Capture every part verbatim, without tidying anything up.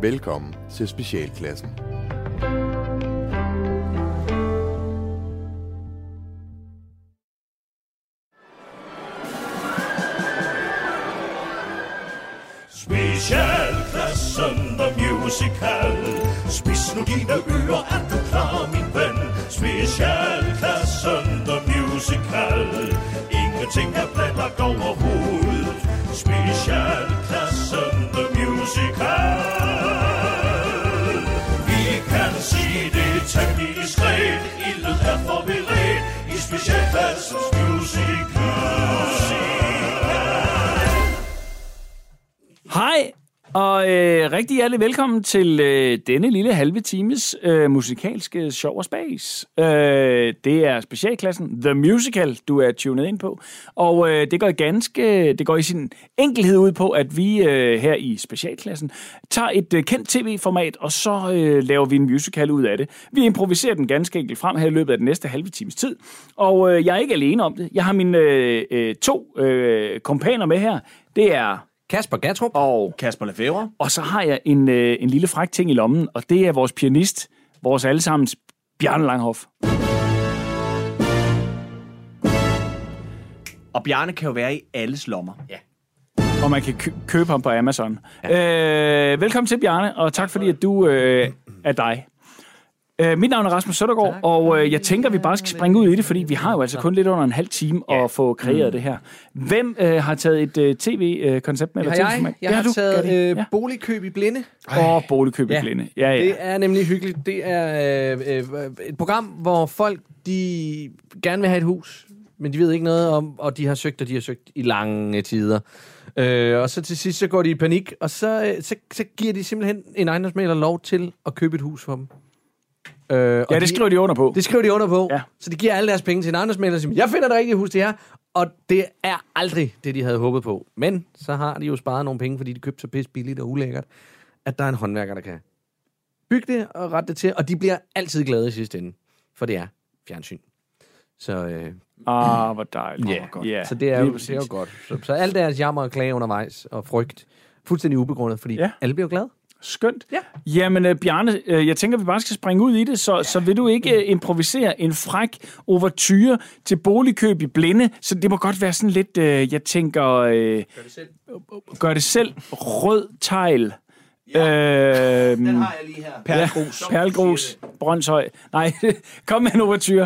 Velkommen til Specialklassen. Specialklassen, the musical. Spids nu dine ører, er du klar, min ven? Specialklassen, the musical. Ingenting er planlagt overhovedet. Specialklassen, the musical. Vi kan sige det temmelig diskret. Ildet er forberedt i specialklassens musical. Hej, og øh, rigtig hjertelig velkommen til øh, denne lille halve times øh, musikalske sjov og spas. Øh, det er specialklassen The Musical, du er tunet ind på. Og øh, det går i ganske, det går i sin enkelhed ud på, at vi øh, her i specialklassen tager et øh, kendt tv-format, og så øh, laver vi en musical ud af det. Vi improviserer den ganske enkelt frem her i løbet af den næste halve times tid. Og øh, jeg er ikke alene om det. Jeg har mine øh, øh, to øh, kompaner med her. Det er Kasper Gatrup og Kasper Lefebvre. Og så har jeg en, øh, en lille fræk ting i lommen, og det er vores pianist, vores allesammens Bjarne Langhoff. Og Bjarne kan jo være i alles lommer. Ja. Og man kan kø- købe ham på Amazon. Ja. Øh, velkommen til, Bjarne, og tak fordi, at du øh, er dig. Uh, mit navn er Rasmus Søndergaard, og uh, jeg tænker, at vi bare skal springe ud i det, fordi vi har jo altså kun lidt under en halv time ja. at få kreeret mm. det her. Hvem uh, har taget et uh, tv-koncept med? Det har jeg. Jeg har, har taget uh, ja. Boligkøb i blinde. Åh, oh, Boligkøb i ja. blinde. Ja, ja. Det er nemlig hyggeligt. Det er uh, uh, et program, hvor folk de gerne vil have et hus, men de ved ikke noget om, og de har søgt, og de har søgt i lange tider. Uh, og så til sidst, så går de i panik, og så, så, så giver de simpelthen en ejendomsmægler lov til at købe et hus for dem. Øh, ja, det de, skriver de under på. Det skriver de under på. Ja. Så de giver alle deres penge til en ejendomsmægler og siger, jeg finder det rigtige hus, det her. Og det er aldrig det, de havde håbet på. Men så har de jo sparet nogle penge, fordi de købte så pisse billigt og ulækkert, at der er en håndværker, der kan bygge det og rette det til. Og de bliver altid glade i sidste ende, for det er fjernsyn. Så, øh, ah, hvor dejligt. Yeah. Godt. Yeah. Så det er, jo, det er jo godt. Så, så alt deres jammer og klage undervejs og frygt, fuldstændig ubegrundet, fordi ja. alle bliver glade. Skønt. Ja. Jamen, uh, Bjarne, uh, jeg tænker, vi bare skal springe ud i det, så, ja. så vil du ikke uh, improvisere en fræk ouverture til Boligkøb i blinde, så det må godt være sådan lidt, uh, jeg tænker... Uh, gør det selv. Gør det selv. Rød tegl. Ja. Uh, Den har jeg lige her. Perlgrus. Ja, Perlgrus. Brøndshøj. Nej, kom med en ouverture.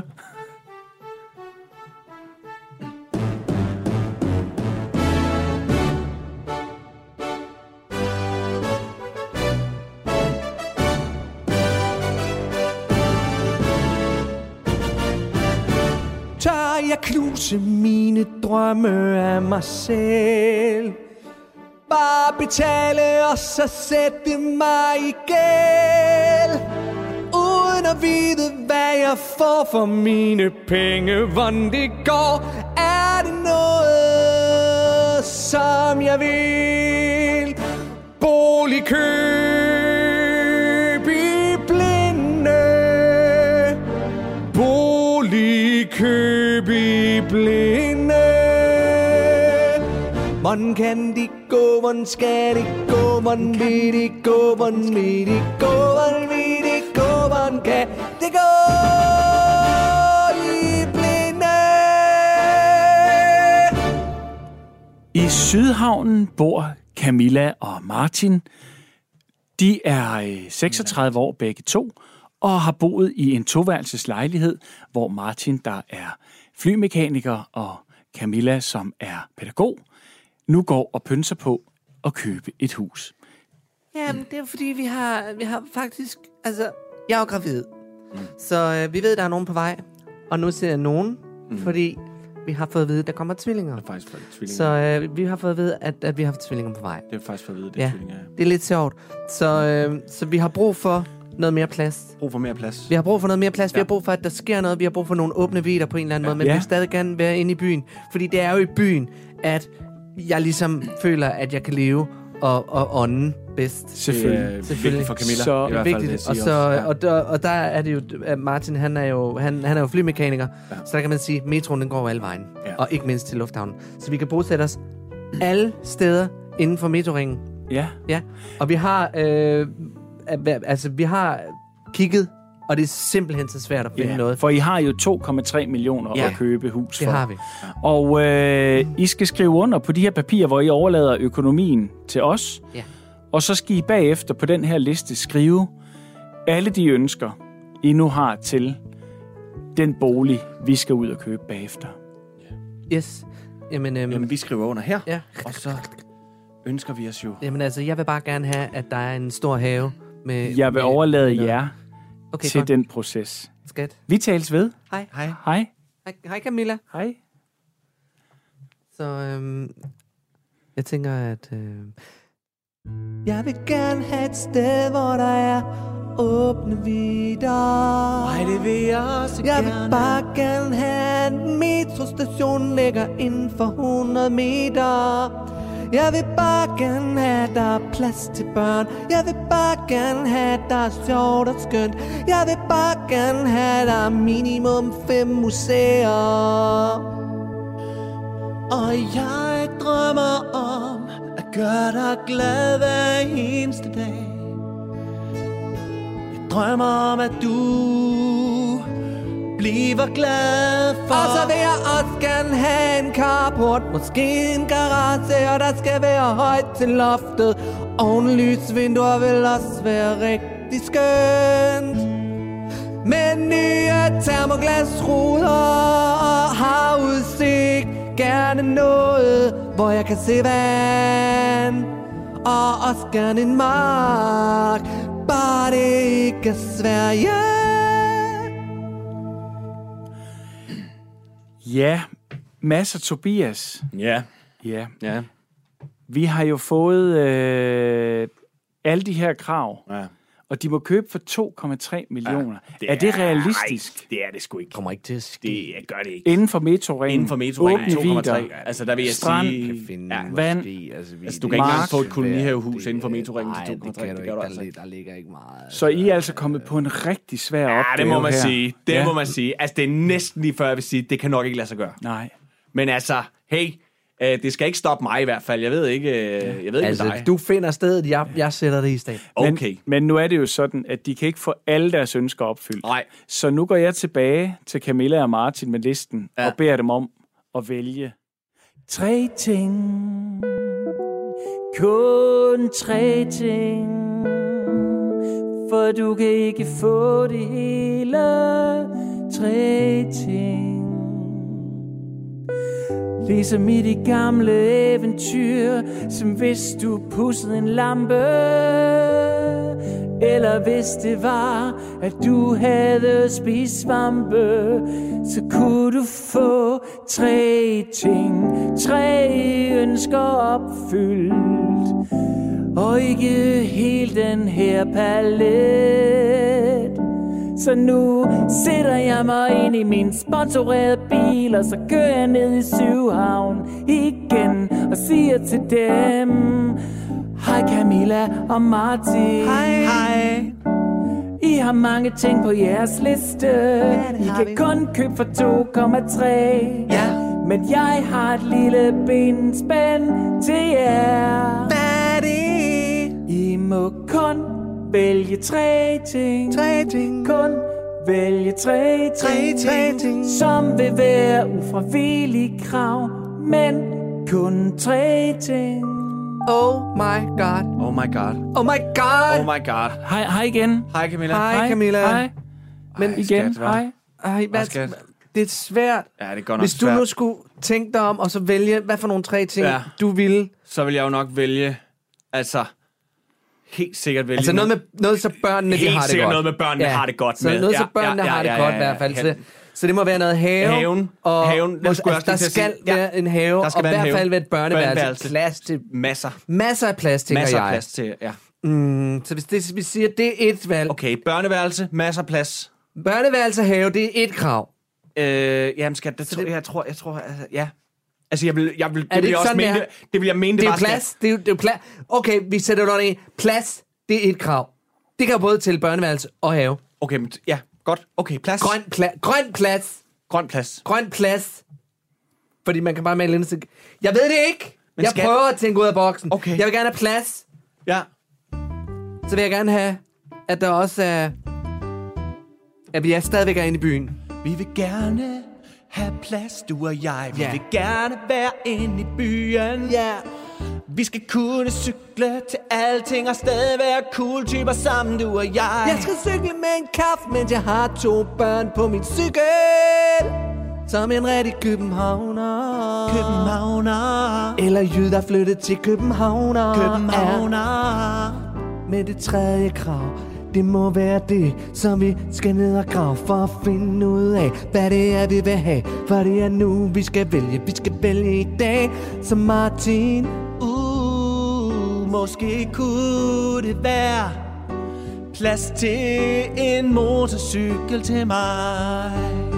Tør jeg knuse mine drømme af mig selv? Bare betale og så sætte mig i gæld, uden at vide hvad jeg får for mine penge. Hvordan det går, er det noget som jeg vil? Boligkøb i blinde. Boligkøb i blinde. Hvordan kan de gå, hvordan skal de gå, hvordan vil de gå, hvordan vil de gå, hvordan vil de gå, hvordan kan det gå i blinde. I Sydhavnen bor Camilla og Martin. De er seksogtredive år begge to, og har boet i en toværelseslejlighed, hvor Martin, der er flymekaniker, og Camilla, som er pædagog, nu går og pynser på at købe et hus. Jamen, det er fordi, vi har, vi har faktisk... Altså, jeg er jo gravid. Mm. Så øh, vi ved, der er nogen på vej. Og nu ser jeg nogen, mm. fordi vi har fået at vide, at der kommer tvillinger. Det er faktisk fået tvillinger. Så øh, vi har fået at vide, at, at vi har tvillinger på vej. Det er faktisk fået at vide, det er ja, tvillinger. Ja. Det er lidt sjovt. Så, øh, så vi har brug for noget mere plads. Brug for mere plads. Vi har brug for noget mere plads. Ja. Vi har brug for, at der sker noget. Vi har brug for nogle åbne vidder på en eller anden ja. måde. Men ja. vi vil stadig gerne være inde i byen. Fordi det er jo i byen, at jeg ligesom føler, at jeg kan leve og, og ånden bedst. Selvfølgelig. Selvfølgelig. For Camilla. Så i hvert fald, vigtigt. Og, så, ja. og, der, og der er det jo, at Martin, han er jo, han, han er jo flymekaniker. Ja. Så der kan man sige, at metroen den går alle vejen. Ja. Og ikke mindst til lufthavnen. Så vi kan bosætte os alle steder inden for metroringen. Ja. Ja. Og vi har øh, altså, vi har kigget, og det er simpelthen så svært at finde Ja, noget. for I har jo to komma tre millioner Ja, at købe hus for. Det har vi. Og øh, I skal skrive under på de her papirer, hvor I overlader økonomien til os. Ja. Og så skal I bagefter på den her liste skrive alle de ønsker, I nu har til den bolig, vi skal ud og købe bagefter. Yes. Jamen, øhm, Jamen, vi skriver under her, ja. og så ønsker vi os jo... Jamen altså, jeg vil bare gerne have, at der er en stor have med... Jeg vil med, overlade med jer okay, til godt. den proces. Skat. Vi tales ved. Hej. Hej. Hej. Hej, hej Camilla. Hej. Så øhm, jeg tænker, at... Øhm, jeg vil gerne have et sted, hvor der er åbne vidder. Ej, det vil jeg også Jeg gerne. vil bare gerne have en metrostation ligger inden for hundrede meter. Jeg vil bare gerne have, der er plads til børn. Jeg vil bare gerne have, der er sjovt og skønt. Jeg vil bare gerne have, der er minimum fem museer. Og jeg drømmer om at gøre dig glad hver eneste dag. Jeg drømmer om, at du bliver glad for... Og så vil jeg også gerne have en carport, måske en garage, og der skal være højt til loftet. Oven lysvinduer vil også være rigtig skønt. Med nye termoglasruder og havudsigt. Gerne noget, hvor jeg kan se vand. Og også gerne en mark, bare det ikke er Sverige. Ja, Mads og Tobias. Ja, Ja. ja, Vi har jo fået øh, alle de her krav, ja. og de må købe for to komma tre millioner. Ja, det er, er det realistisk? Nej, det er det sgu ikke. Kommer ikke til at ske. Det jeg gør det ikke. Inden for metroringen? Inden for metroringen, åbne to komma tre. vidder, Altså, der vil jeg strand, sige... Finde Ja, vand. måske, altså, vi, Altså, du kan ikke engang Mark. få et kolonihavehus inden for metroringen til Nej, to det komma tre. kan du Det gør ikke. du altså Der, ikke. der ligger ikke meget. Så I er altså kommet på en rigtig svær opgave Ja, det må man her. sige. Det Ja. må man sige. Altså, det er næsten lige før, jeg vil sige, det kan nok ikke lade sig gøre. Nej. Men altså, hey, øh, det skal ikke stoppe mig i hvert fald. Jeg ved ikke, øh, jeg ved ikke Altså, med dig. du finder stedet, jeg, jeg sætter det i stedet. Okay. Men, men nu er det jo sådan, at de kan ikke få alle deres ønsker opfyldt. Nej. Så nu går jeg tilbage til Camilla og Martin med listen, Ja. og beder dem om at vælge tre ting. Kun tre ting. For du kan ikke få det hele. Tre ting. Ligesom i de gamle eventyr, som hvis du pudsede en lampe. Eller hvis det var, at du havde spist svampe, så kunne du få tre ting, tre ønsker opfyldt. Og ikke helt den her palet. Så nu sætter jeg mig ind i min sponsorerede bil, og så kører jeg ned i Syvhavn igen og siger til dem: hej Camilla og Martin. Hej. Hej. I har mange ting på jeres liste. I kan kun købe for to komma tre. Ja. Men jeg har et lille benspænd til jer. Hvad er det? I må kun vælge tre ting. Tre ting. Kun vælge tre ting. Tre, tre ting. Som vil være ufravillige krav. Men kun tre ting. Oh my god. Oh my god. Oh my god. Oh my god. Hej, hej igen. Hej Camilla. Hej Camilla. Hej. Men Ej, Igen, skat, hva'? hej. Ej, hvad, skat? det er svært. Ja, det er godt nok Hvis du svært. nu skulle tænke dig om, og så vælge, hvad for nogle tre ting, Ja. du ville. Så vil jeg jo nok vælge, altså, helt sikkert vælge... Altså noget, med, noget så børnene de Helt har det sikkert godt. noget med børnene har det godt så med. noget Ja, så børnene ja, har det ja, godt ja, i hvert fald. ja. Så, så det må være noget have. Haven. Og, Haven, det skulle jeg altså, også der lige til at skal sige. Ja. være en have, Der skal og i være en hvert have. fald være et børneværelse. Børneværelse. Plads til, Masser. masser af plads, tænker Masser af jeg. plads til, ja. Mm, så hvis det, vi siger, det er et valg. Okay, børneværelse, masser af plads. Børneværelse og have, det er et krav. Øh, jamen, skat, det, det- jeg tror, jeg tror, altså, ja. Altså, jeg vil, jeg vil, det, det vil ikke jeg også sådan, mene, det det, er? det vil jeg mene, Det er jo var, skat. plads. Det er jo, det er jo plads. Okay, vi sætter det under en. Plads, det er et krav. Det kan jo både til børneværelse og have. Okay, men, ja, godt. Okay, plads. Grøn, pla- grøn plads. Grøn plads. Grøn plads. Fordi man kan bare male ind. Jeg ved det ikke. Men Jeg skat- prøver at tænke ud af boksen. Okay. Jeg vil gerne have plads. Ja. Så vil jeg gerne have at der også er... At vi er stadigvæk er inde i byen. Vi vil gerne have plads, du og jeg. Vi Ja. vil gerne være inde i byen. Ja. Vi skal kunne cykle til alting og stadig være cool typer sammen, du og jeg. Jeg skal cykle med en kaffe, mens jeg har to børn på min cykel. Som en rigtig københavner. Københavner. Eller jyd, der flyttet til Københavner. Københavner. Med det tredje krav. Det må være det, som vi skal ned og grave for at finde ud af, hvad det er, vi vil have. For det er nu, vi skal vælge. Vi skal vælge i dag. Så Martin. Uh, måske kunne det være plads til en motorcykel til mig.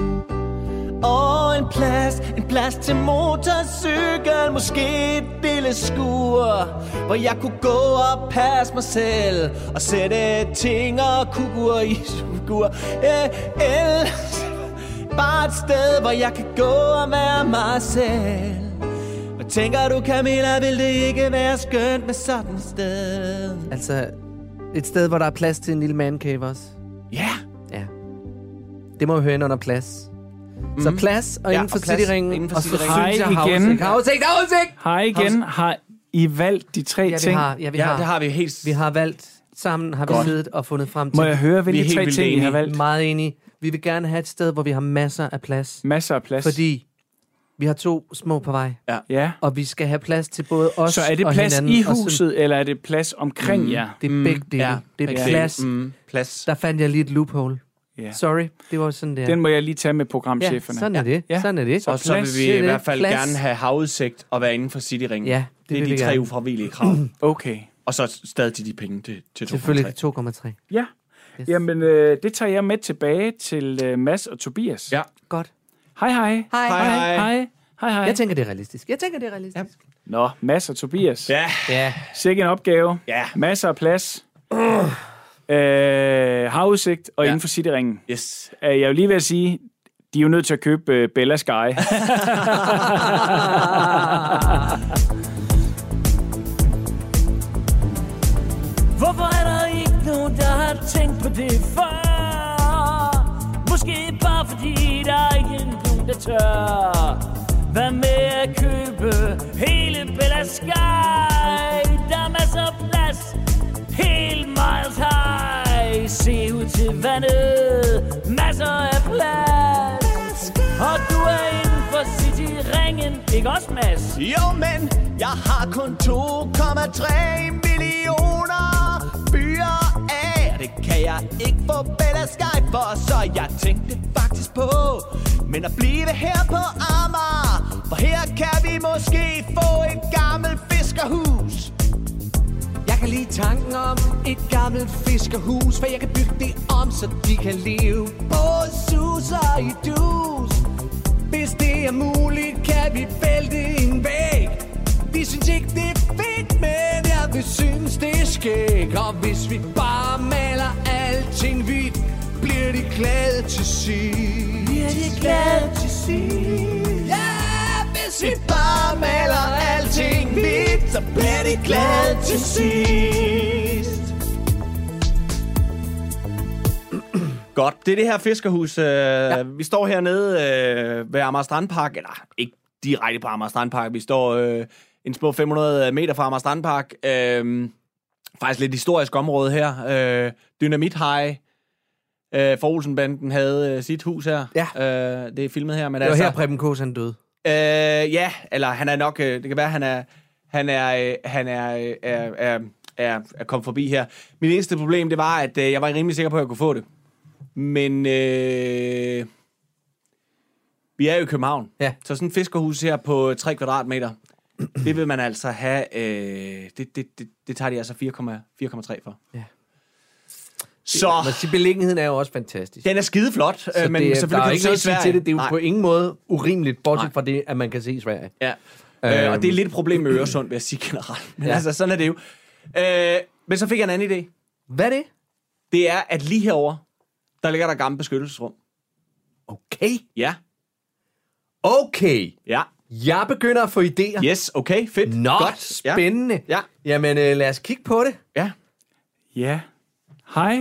Og en plads, en plads til motorcykel. Måske et lille skur, hvor jeg kunne gå og passe mig selv og sætte ting og kugur i sugur. El, bare et sted, hvor jeg kan gå og være mig selv. Hvad tænker du, Camilla, vil det ikke være skønt med sådan et sted? Altså, et sted, hvor der er plads til en lille mancave også. Ja. Yeah. Ja. Det må jo høre ind under plads. Mm. Så plads, og Ja, inden for og plads cityringen. inden for Og så synes cityringen. jeg, Hej igen. havudsigt, havudsigt, havudsigt! Hej igen. Har I valgt de tre Ja, vi ting? har, ja, vi Ja, har. det har vi helt... Vi har valgt, sammen har vi Godt. siddet og fundet frem til. Må jeg høre, Vi er hvilke helt tre vildt ting I har enige. valgt? Meget enige. Vi vil gerne have et sted, hvor vi har masser af plads. Masser af plads. Fordi vi har to små på vej. Ja. Og vi skal have plads til både os Så er det og plads hinanden. i og sådan- huset, eller er det plads omkring Mm. jer? Det er begge dele. Ja, det er begge plads. dele. Mm, plads. Der fandt jeg lige et loophole. Ja. Sorry, det var sådan der. Den må jeg lige tage med ja, programcheferne. sådan er det. Ja. Sådan er det. Og så vil plads. vi Det er i det. hvert fald Plads. gerne have havudsigt og være inden for cityringen. Ja, det det er vil de vi tre gerne. ufravillige krav. Okay. Og så stadig til de penge til, til to komma tre. Selvfølgelig to komma tre. Ja. Yes. Jamen, øh, det tager jeg med tilbage til øh, Mads og Tobias. Ja. Godt. Hej, hej. Hej. Hej, hej. Hej, hej, hej. Jeg tænker, det er realistisk. Jeg tænker, det er realistisk. Nå, Mads og Tobias. Ja. Ja. Sikke en opgave. Ja. Masser af plads. Øh, havudsigt og Ja. inden for cityringen. Yes. Øh, Jeg vil lige ved at sige, de er jo nødt til at købe øh, Bella Sky. Hvorfor er der ikke nogen, der har tænkt på det før? Måske bare fordi der er ikke nogen, der tør. Hvad med at købe hele Bella Sky? Der er masser af plads, helt miles high. Se ud til vandet, masser af plads. Og du er inden for City-ringen, ikke også, Mads? Jo, men jeg har kun to komma tre millioner byer af. Og det kan jeg ikke få Bella Sky for, så jeg tænkte faktisk på, men at blive her på Amager, for her kan vi måske få et gammelt fiskerhus. Jeg kan lide tanken om et gammelt fiskerhus, for jeg kan bygge det om, så de kan leve på sus og i dus. Hvis det er muligt, kan vi vælte en væg. Vi synes ikke, det er fedt, men jeg vil synes, det er skæg. Og hvis vi bare maler alting hvidt, bliver de glade til sidst. Bliver de glade til sidst? Ja, hvis vi bare maler alting hvidt, så bliver de glade til sidst. Godt, det er det her fiskerhus. Øh, ja. Vi står hernede øh, ved Amager Strandpark, eller ikke direkte på Amager Strandpark. Vi står øh, en små fem hundrede meter fra Amager Strandpark. Øh, faktisk lidt historisk område her. Øh, Dynamit High øh, for Olsenbanden havde øh, sit hus her. Ja. Øh, det er filmet her. Men Det var altså, her, Preben Kås, han døde. Øh, ja, eller han er nok... Øh, det kan være, han er... Han er... Øh, han er... Øh, er, er, er, er kommet forbi her. Mit eneste problem, det var, at øh, jeg var rimelig sikker på, at jeg kunne få det. Men... Øh, vi er jo i København. Ja. Så sådan et fiskerhus her på tre kvadratmeter, det vil man altså have... Øh, det, det, det, det tager de altså fire komma tre for. Ja. Så... Men sige, beliggenheden er jo også fantastisk. Den er skideflot, Så øh, men det er, selvfølgelig der er kan du ikke se noget at sige Sverige. til det. Det er jo Nej. på ingen måde urimeligt, bortset Nej. fra det, at man kan se i Sverige. Ja. Øh, Øhm. og det er lidt et problem med Øresund, vil jeg sige generelt. Men Ja. ja. altså, sådan er det jo. Øh, men så fik jeg en anden idé. Hvad er det? Det er, at lige herover der ligger der gammel beskyttelsesrum. Okay. Ja. Okay. Ja. Jeg begynder at få idéer. Yes, okay, fedt. Nå, Godt. spændende. Ja. Jamen, øh, lad os kigge på det. Ja. Ja. Hej.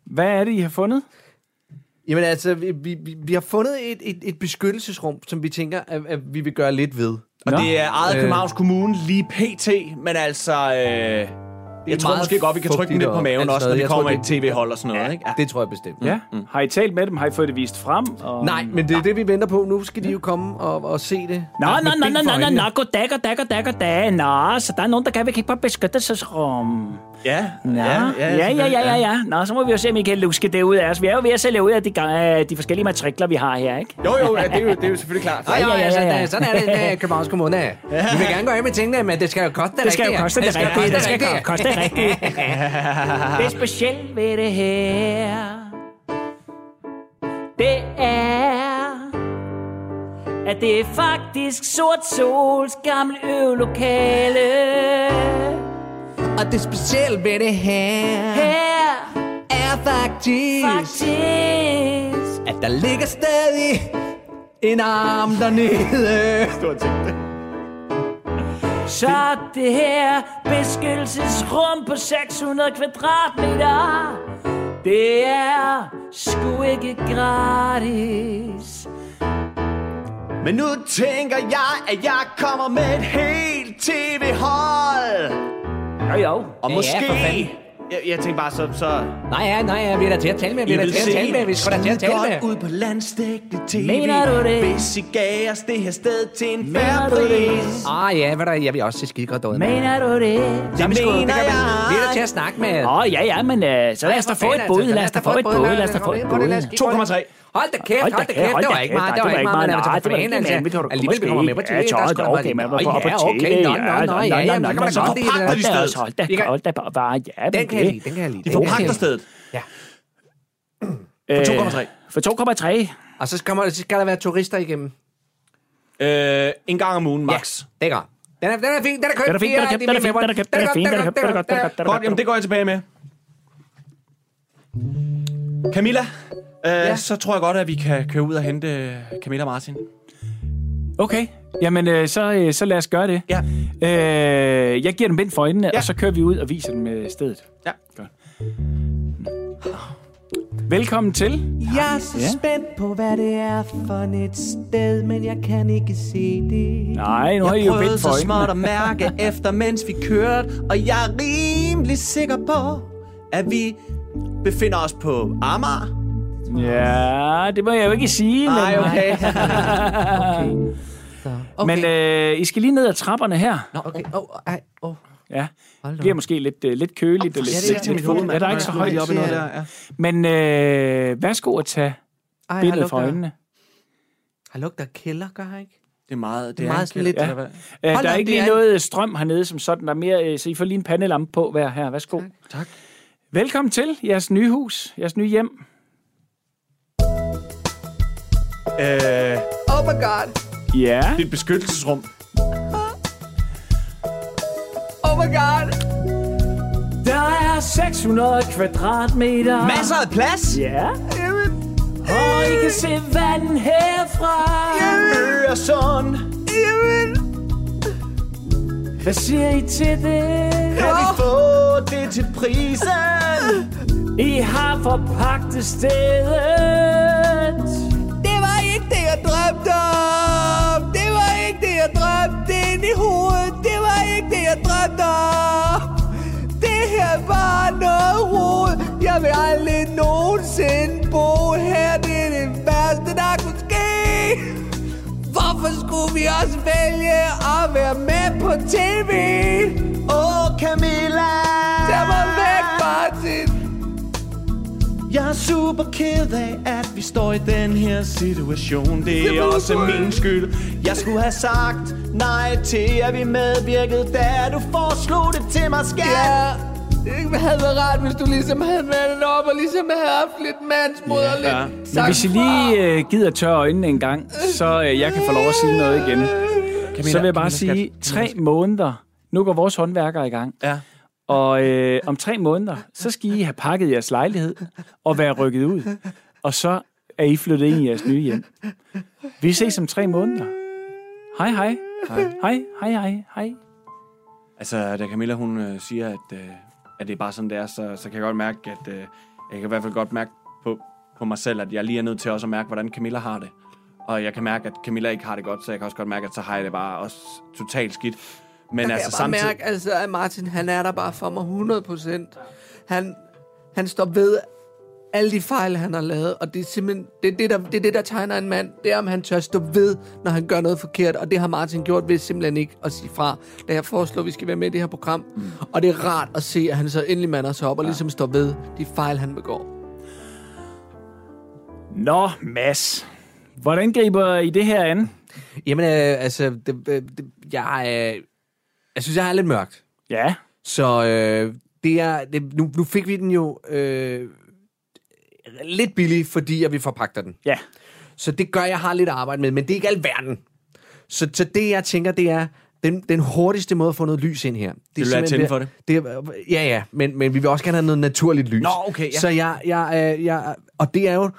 Hvad er det, I har fundet? Jamen altså, vi, vi, vi har fundet et, et, et beskyttelsesrum, som vi tænker, at, at vi vil gøre lidt ved. Og Nå. det er ejet af Øh. Københavns Kommune lige pt, men altså... Øh, jeg tror meget måske godt, vi kan trykke dem lidt på fugtigt maven og også, alt når de sådan noget. kommer med Jeg et tror, tv-hold og sådan noget, ikke? Ja, det tror jeg bestemt. Ja. Mm. Har I talt med dem? Har I fået det vist frem? Og... Nej, men det er det, vi venter på. Nu skal de jo komme og, og se det. Nå, nå, Med nå, ben nå, for nå, nå, øjnene. nå, goddag, goddag, goddag, goddag. Nå, så der er nogen, der kan vi kigge på beskyttelsesrum. Ja, Nå, ja, ja, ja, ja, ja, ja. Nå, så må vi jo se, om I kan luske det ud af os. Vi er jo ved at sælge ud af de, uh, de forskellige matrikler, vi har her, ikke? Jo, jo, ja, det, er jo, det er jo selvfølgelig klart. Nej, Ja, ja, ja, ja, ja. Sådan er det med Københavns Kommune. Vi vil gerne gå af med tingene, men det skal jo koste det Det skal jo rigtige. koste det rigtige. Det skal rigtige. koste det rigtige. Det er specielt ved det her. Det er, at det er faktisk Sort Sols gamle øvelokale. Og det specielle ved det her Her, er faktisk, faktisk. at der ligger stadig en arm dernede. Så det her beskyttelsesrum på seks hundrede kvadratmeter, det er sgu ikke gratis. Men nu tænker jeg, at jeg kommer med et helt tv-hold. Jo, jo. Og Ja, måske... ja, for fanden. jeg, jeg tænker bare, så... så Nej, ja, nej, ja, vi er da til at tale med. Vi er da til at tale med. Vi skal da til at tale med. ud på landstækkende tv. Mener du det? Hvis I gav os det her sted til en Mener fair du det? pris. Ah ja, hvad der, jeg vil også se skide godt ud. Mener du det? Jamen, sgu, det mener kan man- jeg. Vi er da til at snakke med. Åh, oh, ja, ja, men uh, så lad os da få et bud. Lad os da få et bud. Lad os da få et bud. to komma tre. Hold da kæft, hold da kæft, det var ikke meget, det var ikke meget, men altså, for fanden, altså, alligevel vi kommer med på T V, der skal der okay, men bare, ja, okay, nå, nå, nå, ja, ja, men kan man så godt lide forpagter de det. stedet. Hold da, hold da bare, ja. Den kan jeg lide, den kan jeg lide. De forpagter stedet. For to komma tre. For to komma tre. Og så skal, man, så skal der være turister igennem. Øh, en gang om ugen, max. Det er godt. Den er, den er fin, den er købt. Den er fin, den er købt, den er fin, den er købt, den er fin, den er købt, den er købt, den er købt, den er Godt, jamen det går jeg tilbage med. Camilla, øh, ja. så tror jeg godt, at vi kan køre ud og hente Camilla og Martin. Okay, jamen øh, så, øh, så lad os gøre det. Ja. Øh, jeg giver dem bind for øjnene, Ja. og så kører vi ud og viser dem øh, stedet. Ja. Godt. Velkommen til. Jeg er så Ja. spændt på, hvad det er for et sted, men jeg kan ikke se det. Nej, nu har I jo bind for så småt øjnene. at mærke efter, mens vi kørte, og jeg er rimelig sikker på, at vi befinder os på Amager. Ja, det må jeg jo ikke sige. Nej, men, okay. Okay. men øh, I skal lige ned ad trapperne her. Nå, okay. Åh, ej, åh. Ja, Hold det da bliver op. måske lidt, øh, lidt køligt. og lidt, Ja, det er lidt, til mit hoved, lidt, mand. ja, der er ikke så højt. Lige op i noget der, ja. Men øh, værsgo at tage Ej, bindet han for lugter- øjnene. Han lugter kælder, gør han ikke? Det er meget, det er er meget en sådan lidt- kælder, Ja. eller hvad? Øh, Hold der er da, ikke det lige er- noget strøm hernede som sådan. Der er mere, øh, så I får lige en pandelampe på hver her. Værsgo. Tak. Velkommen til jeres nye hus, jeres nye hjem. Øh, Oh my god. Ja. det er et beskyttelsesrum. Oh my god. Der er seks hundrede kvadratmeter. Masser af plads. Ja. Og I kan se vand herfra. Øresund. Hvad siger I til det? Kan vi få det til prisen? I har forpagtet stedet. Det var ikke det, jeg drømte om. Det var ikke det, jeg drømte ind i hovedet. Det var ikke det, jeg drømte om. Det her var noget rod. Jeg vil aldrig nogensinde bo her. Det er det værste, der kunne ske. Hvorfor skulle vi også vælge at være med på T V? Åh, Camilla. Tag mig væk, Martin. Jeg er super ked af, at vi står i den her situation. Det er også min skyld. Jeg skulle have sagt nej til, at vi medvirkede, da du foreslog det til mig, skat. Ja, det havde været rart, hvis du ligesom havde været op og ligesom havde haft lidt mandsmod og lidt Ja. Men sagt hvis I fra. lige øh, gider tørre øjnene en gang, så øh, jeg kan få lov at sige noget igen. Så vil jeg bare sige, tre måneder, nu går vores håndværkere i gang. Ja. Og øh, om tre måneder, så skal I have pakket jeres lejlighed og være rykket ud. Og så er I flyttet ind i jeres nye hjem. Vi ses om tre måneder. Hej, hej. Hej, hej, hej, hej. hej. Altså, da Camilla hun øh, siger, at, øh, at det er bare sådan, det er, så, så kan jeg godt mærke, at øh, jeg kan i hvert fald godt mærke på, på mig selv, at jeg lige er nødt til også at mærke, hvordan Camilla har det. Og jeg kan mærke, at Camilla ikke har det godt, så jeg kan også godt mærke, at så har jeg det bare også totalt skidt. Men jeg altså kan bare samtidig... mærke, altså, at Martin, han er der bare for mig hundrede procent. Han, han står ved alle de fejl, han har lavet, og det er simpelthen det, er det, der, det, er det, der tegner en mand. Det er, om han tør stå ved, når han gør noget forkert, og det har Martin gjort ved simpelthen ikke at sige fra, da jeg foreslår, at vi skal være med i det her program. Mm. Og det er rart at se, at han så endelig mander sig op og ja. ligesom står ved de fejl, han begår. Nå, Mads. Hvordan griber I det her an? Jamen, øh, altså, det, det, jeg, øh, jeg synes, jeg er lidt mørkt. Ja. Så øh, det er, det, nu, nu fik vi den jo øh, lidt billig, fordi at vi forpagter den. Ja. Så det gør, jeg har lidt arbejde med, men det er ikke alverden. Så, så det, jeg tænker, det er den, den hurtigste måde at få noget lys ind her. Det vil du have tænde for det? det er, ja, ja, men, men vi vil også gerne have noget naturligt lys. Nå, okay, ja. Så jeg, jeg, øh, jeg, og det er jo,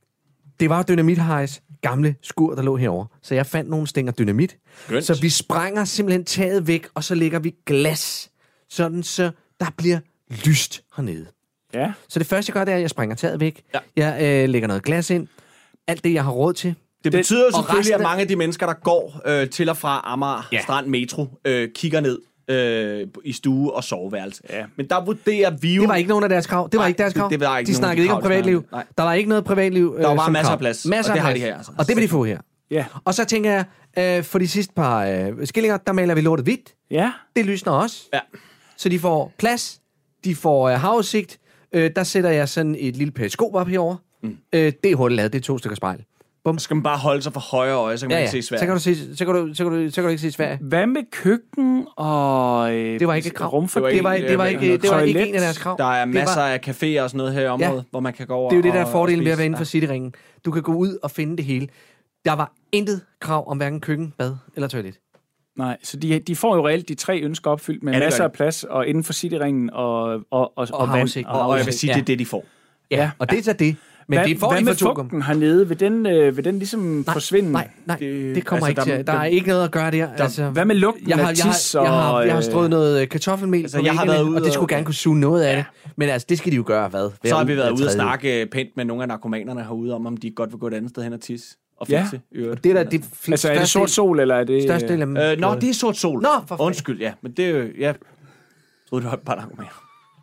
det var Dynamit Highs gamle skur, der lå herover. Så jeg fandt nogle stænger dynamit. Gønt. Så vi sprænger simpelthen taget væk, og så lægger vi glas, sådan så der bliver lyst hernede. Ja. Så det første, jeg gør, det er, at jeg sprænger taget væk. Ja. Jeg øh, lægger noget glas ind. Alt det, jeg har råd til. Det betyder jo selvfølgelig, resten... at mange af de mennesker, der går øh, til og fra Amager Ja. Strand Metro, øh, kigger ned øh, i stue og soveværelse. Ja. Men der vurderer vi jo... Det var ikke nogen af deres krav. Det var Nej, ikke deres krav. det- det var ikke de nogen snakkede ikke om krav, privatliv. nej. Der var ikke noget privatliv. Der var øh, bare som masser krav. af plads, Masser og det af har plads. de her, altså. Og det vil de få her. Ja. Og så tænker jeg, øh, for de sidste par øh, skillinger, der maler vi lortet hvidt. Ja. Det lysner også. Ja. Så de får plads. De får øh, havudsigt. Øh, der sætter jeg sådan et lille periskop op herover. Mm. Øh, det er hurtigt lavet. Det er to stykker spejl. Bum. Så skal man bare holde sig for højre øje, så kan man Ja, ikke ja. se svært. Så kan du se, så kan du, så kan du, så kan du ikke se Sverige. Hvad med køkken og øh, Det var ikke et krav. rumfordeling? Det var, det var ikke, det var ikke Toilet? en af deres krav. Der er Det masser var, af caféer og sådan noget her i området, Ja. hvor man kan gå over. det er jo det, der er og- fordelen og ved at være spise. inden for Cityringen. Du kan gå ud og finde det hele. Der var intet krav om hverken køkken, bad eller toilet. Nej, så de, de får jo reelt de tre ønsker opfyldt med Ja, det gør masser de. af plads, og inden for cityringen og, og, og, og, og vand. havudsigt. Og, og jeg vil sige, Ja. det er det, de får. Ja, og det er så det. Men hvad, det får hvad de med for to fugten hernede? Vil den, øh, vil den ligesom Nej, forsvinde? Nej, nej, det, det kommer altså, ikke der- til. Der der- er ikke noget at gøre der. Altså, Hvad med lugten jeg har, af jeg, tis har, jeg, har, jeg har og, strøget noget øh, kartoffelmel Altså, på jeg har væggene, været ude og det og- skulle gerne kunne suge noget af det. Men altså, det skal de jo gøre, hvad? Hver Så har vi uge, været hver ude og tredje uge. snakke øh, pænt med nogle af narkomanerne herude om, om de godt vil gå et andet sted hen og tisse. Og Ja. fikse, i øvrigt. Det er da det øh, altså, er det sort sol, eller er det... Største del af dem. Øh, nå, det er sort sol. Nå, for fanden. Undskyld, ja. Men det er jo... Jeg troede, det var bare narkomaner.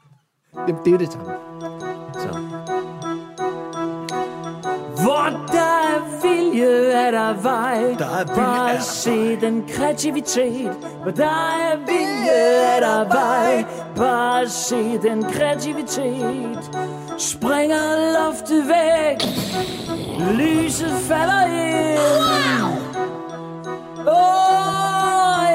det, det er jo det samme. Så. Hvor der er vilje, er der vej. Der er vilje, Bare er der se den kreativitet. Hvor der er vilje, er der vej. Bare se den kreativitet. Springer loftet væk. Lyset falder ind. Oh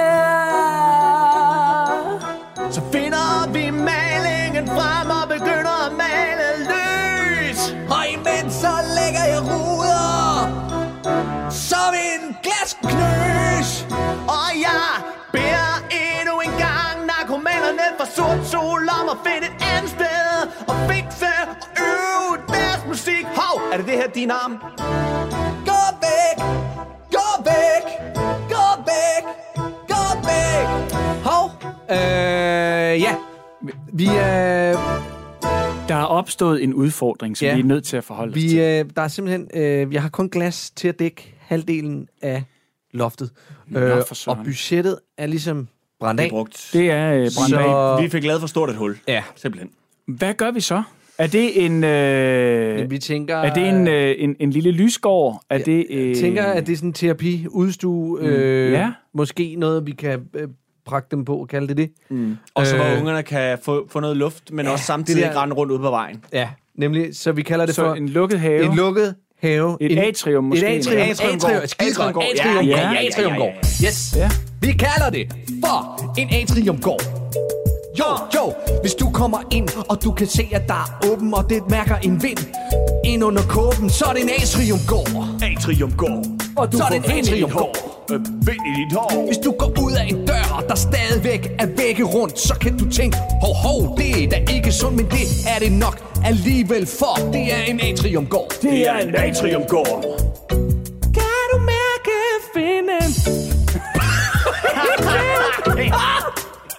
yeah. Så finder vi malingen frem og begynder at male løs. Og imens så lægger jeg ruder som en glasknøs. Og jeg beder endnu en gang narkomanerne fra Sort Sol om at finde et andet sted og fikse og øve deres musik. Hov, er det det her din arm? Gå væk, gå væk, gå væk, gå væk. Hov. Øh, ja. Vi er... Der er opstået en udfordring, som Ja. vi er nødt til at forholde os Vi, til. øh, der er simpelthen... Øh, jeg har kun glas til at dække halvdelen af loftet. Øh, for søren. og budgettet er ligesom brændt Det af. er brugt. Det er øh, brændt Så- af. Vi fik lavet for stort et hul. Ja. Simpelthen. Hvad gør vi så? Er det en... Øh, Men vi tænker... er det en, øh, en, en lille lysgård? Er det, øh, Jeg tænker, at det er sådan en terapi, udstue, øh, ja. måske noget, vi kan øh, prakke dem på og kalde det det. Mm. Og så hvor Øh. ungerne kan få, få noget luft, men Ja, også samtidig det der- ikke rende rundt ude på vejen. Ja, nemlig, så vi kalder det så for en lukket have? en lukket have. Et en, atrium måske? Et atrium. Atriumgård. Atrium. Skidegodt. Atriumgård. Atriumgård. Ja, ja, ja, ja, Atriumgård. Yes. Ja. Vi kalder det for en atriumgård. Jo, jo, hvis du kommer ind, og du kan se, at der er åben, og det mærker en vind ind under kåben, så er det en atriumgård. Atriumgård. Og du så er det en atriumgård. Øh, vind i dit hår. Hvis du går ud af en dør, og der stadigvæk er vægge rundt, så kan du tænke, hov, hov, det er da ikke sundt, men det er det nok alligevel, for det er en atriumgård. Det er en atriumgård. Kan du mærke vinden? Lige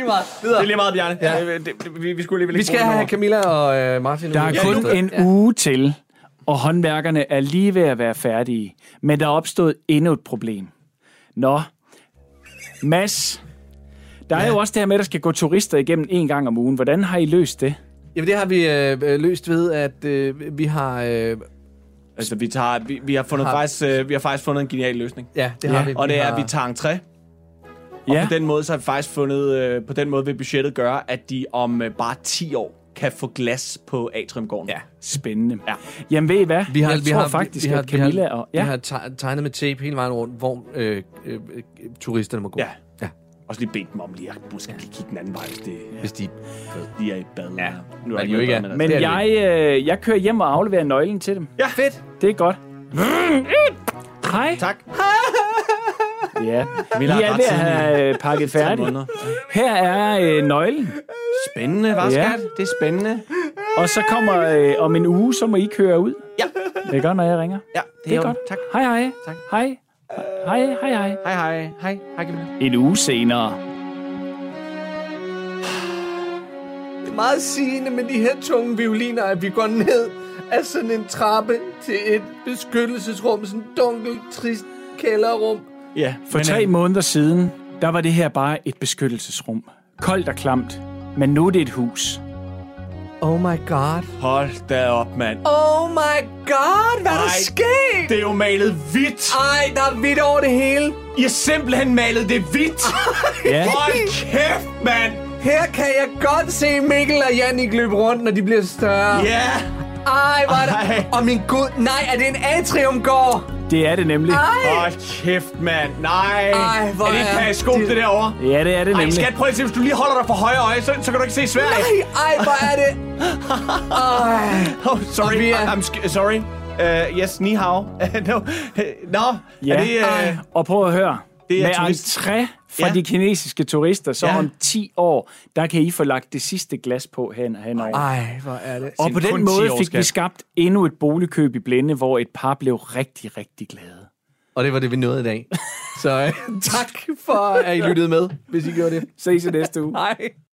meget. Det er lige meget, Bjarne. Ja. Det, det, vi, vi skulle alligevel Vi skal have Camilla og øh, Martin. Der er ud. kun Ja, en ja. uge til, og håndværkerne er lige ved at være færdige. Men der er opstået endnu et problem. Nå, Mads, der er ja. jo også det her med, at der skal gå turister igennem en gang om ugen. Hvordan har I løst det? Jamen, det har vi øh, løst ved, at øh, vi har... Øh, Altså, vi, tager, vi, vi, har fundet Har- faktisk, øh, vi har faktisk fundet en genial løsning. ja, det Ja. har vi. Og det er, har, at vi tager entré. Og Ja, på den måde, så har vi faktisk fundet... Øh, på den måde vil budgettet gøre, at de om øh, bare ti år kan få glas på Atriumgården. Ja. spændende. Ja. Jamen ved I hvad? Vi har, Jeg vi tror har, faktisk, vi har, at Camilla vi har, og... vi Ja, har te- tegnet med tape hele vejen rundt, hvor øh, øh, øh, turisterne må gå. Ja. Ja. Også lige bedt dem om lige at måske lige kigge den anden vej, hvis det Hvis de... lige er i bad. Ja. Nu Men er de jo ikke er. men men det er det jeg, øh, jeg kører hjem og afleverer nøglen til dem. ja, fedt. Det er godt. Hej. Tak. Ja, vi har er ret ved at siden i have øh, pakket tre færdigt. måneder. Her er øh, nøglen, Spændende, hva' Ja. skat? Det er spændende. og så kommer øh, om en uge, så må I køre ud. Ja. Det er godt, når jeg ringer. Ja, Det er jo- godt. Tak. Hej, hej. Tak. Hej. Hej, hej, hej. Hej, hej. Hej, hej, Camilla. En uge senere. Det er meget sigende med de her tunge violiner, at vi går ned af sådan en trappe til et beskyttelsesrum, sådan et dunkelt, trist kælderrum. Ja, For tre måneder siden, der var det her bare et beskyttelsesrum. Koldt og klamt. Men nu er det et hus. Oh my god. hold da op, mand. Oh my god, hvad er der Ej. sket? Det er jo malet hvidt. Ej, der er hvidt over det hele. I har simpelthen malet det hvidt. Ja. Hold kæft, mand. Her kan jeg godt se Mikkel og Jannik løbe rundt, når de bliver større. Ja. Ej, hvor er Ej. det... Og min gud, nej, er det en atriumgård? Det er det nemlig. Ej. Hold kæft, mand. Nej. Ej, hvor er det et er periskop, det- det derovre? Ja, det er det Ej, nemlig. skat, prøv at se, hvis du lige holder dig for højre øje, så, så kan du ikke se Sverige. Nej, ej, hvor er det... Ej. Oh, sorry, Og vi er- I'm sk- sorry. Uh, yes, ni hao. no. Nå, Ja. er det... Uh, Og prøv at høre. Det er Med turist. entré fra Ja. de kinesiske turister, så Ja. om ti år, der kan I få lagt det sidste glas på hen, henover. Ej, hvor er det... Og på den kun måde ti år, fik vi skat. skabt endnu et boligkøb i Blinde, hvor et par blev rigtig, rigtig glade. Og det var det, vi nåede i dag. Så øh, tak for, at I lyttede med, hvis I gjorde det. Ses i næste uge. Hej.